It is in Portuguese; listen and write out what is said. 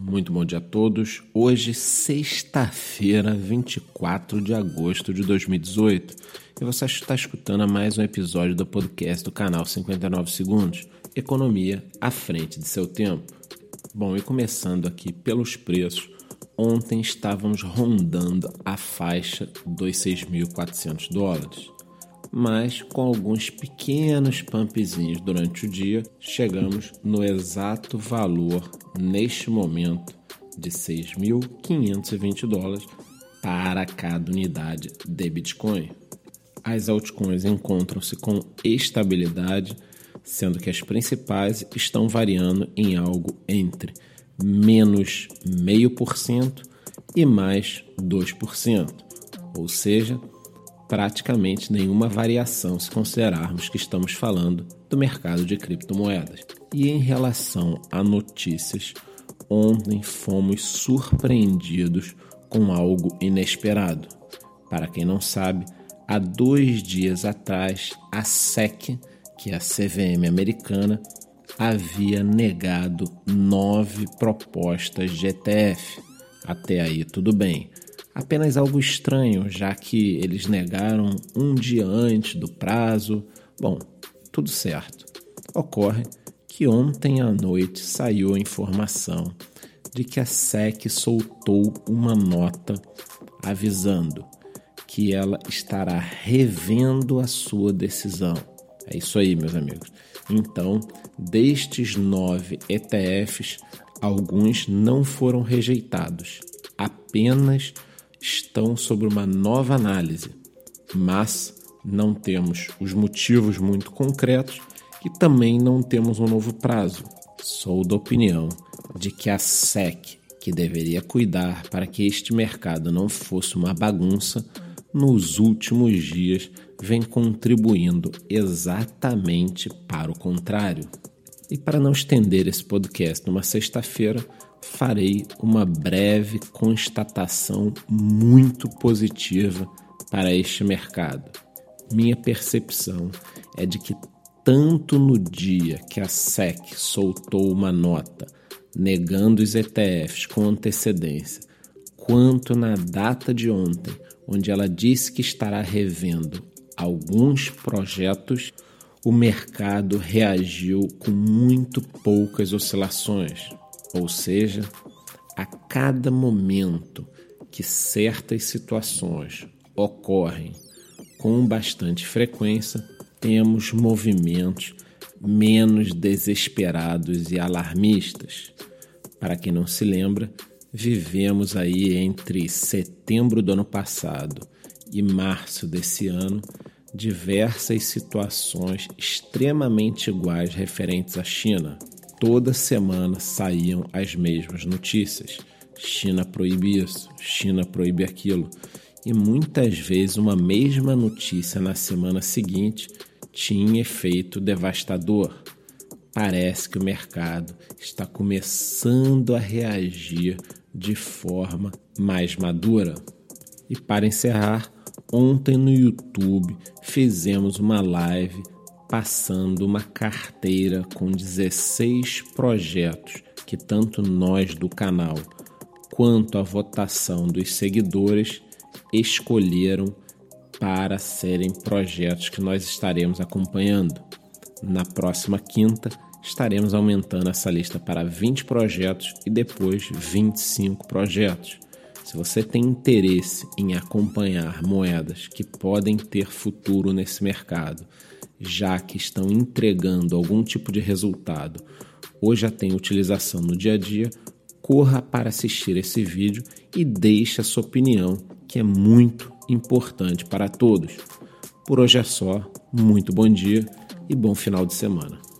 Muito bom dia a todos. Hoje, sexta-feira, 24 de agosto de 2018. E você está escutando mais um episódio do podcast do canal 59 Segundos. Economia à frente de seu tempo. Bom, e começando aqui pelos preços, ontem estávamos rondando a faixa dos $6.400. Mas com alguns pequenos pumpzinhos durante o dia, chegamos no exato valor, neste momento, de $6.520 para cada unidade de Bitcoin. As altcoins encontram-se com estabilidade, sendo que as principais estão variando em algo entre menos 0,5% e mais 2%, ou seja, praticamente nenhuma variação se considerarmos que estamos falando do mercado de criptomoedas. E em relação a notícias, ontem fomos surpreendidos com algo inesperado. Para quem não sabe, há 2 dias atrás, a SEC, que é a CVM americana, havia negado 9 propostas de ETF. Até aí tudo bem. Apenas algo estranho, já que eles negaram um dia antes do prazo. Bom, tudo certo. Ocorre que ontem à noite saiu a informação de que a SEC soltou uma nota avisando que ela estará revendo a sua decisão. É isso aí, meus amigos. Então, destes 9 ETFs, alguns não foram rejeitados, apenas estão sob uma nova análise, mas não temos os motivos muito concretos e também não temos um novo prazo. Sou da opinião de que a SEC, que deveria cuidar para que este mercado não fosse uma bagunça, nos últimos dias vem contribuindo exatamente para o contrário. E para não estender esse podcast numa sexta-feira, farei uma breve constatação muito positiva para este mercado. Minha percepção é de que tanto no dia que a SEC soltou uma nota negando os ETFs com antecedência, quanto na data de ontem, onde ela disse que estará revendo alguns projetos, o mercado reagiu com muito poucas oscilações. Ou seja, a cada momento que certas situações ocorrem com bastante frequência, temos movimentos menos desesperados e alarmistas. Para quem não se lembra, vivemos aí entre setembro do ano passado e março desse ano diversas situações extremamente iguais referentes à China. Toda semana saíam as mesmas notícias. China proíbe isso, China proíbe aquilo. E muitas vezes uma mesma notícia na semana seguinte tinha efeito devastador. Parece que o mercado está começando a reagir de forma mais madura. E para encerrar, ontem no YouTube fizemos uma live passando uma carteira com 16 projetos que tanto nós do canal quanto a votação dos seguidores escolheram para serem projetos que nós estaremos acompanhando. Na próxima quinta, estaremos aumentando essa lista para 20 projetos e depois 25 projetos. Se você tem interesse em acompanhar moedas que podem ter futuro nesse mercado, já que estão entregando algum tipo de resultado ou já tem utilização no dia a dia, corra para assistir esse vídeo e deixe a sua opinião, que é muito importante para todos. Por hoje é só, muito bom dia e bom final de semana.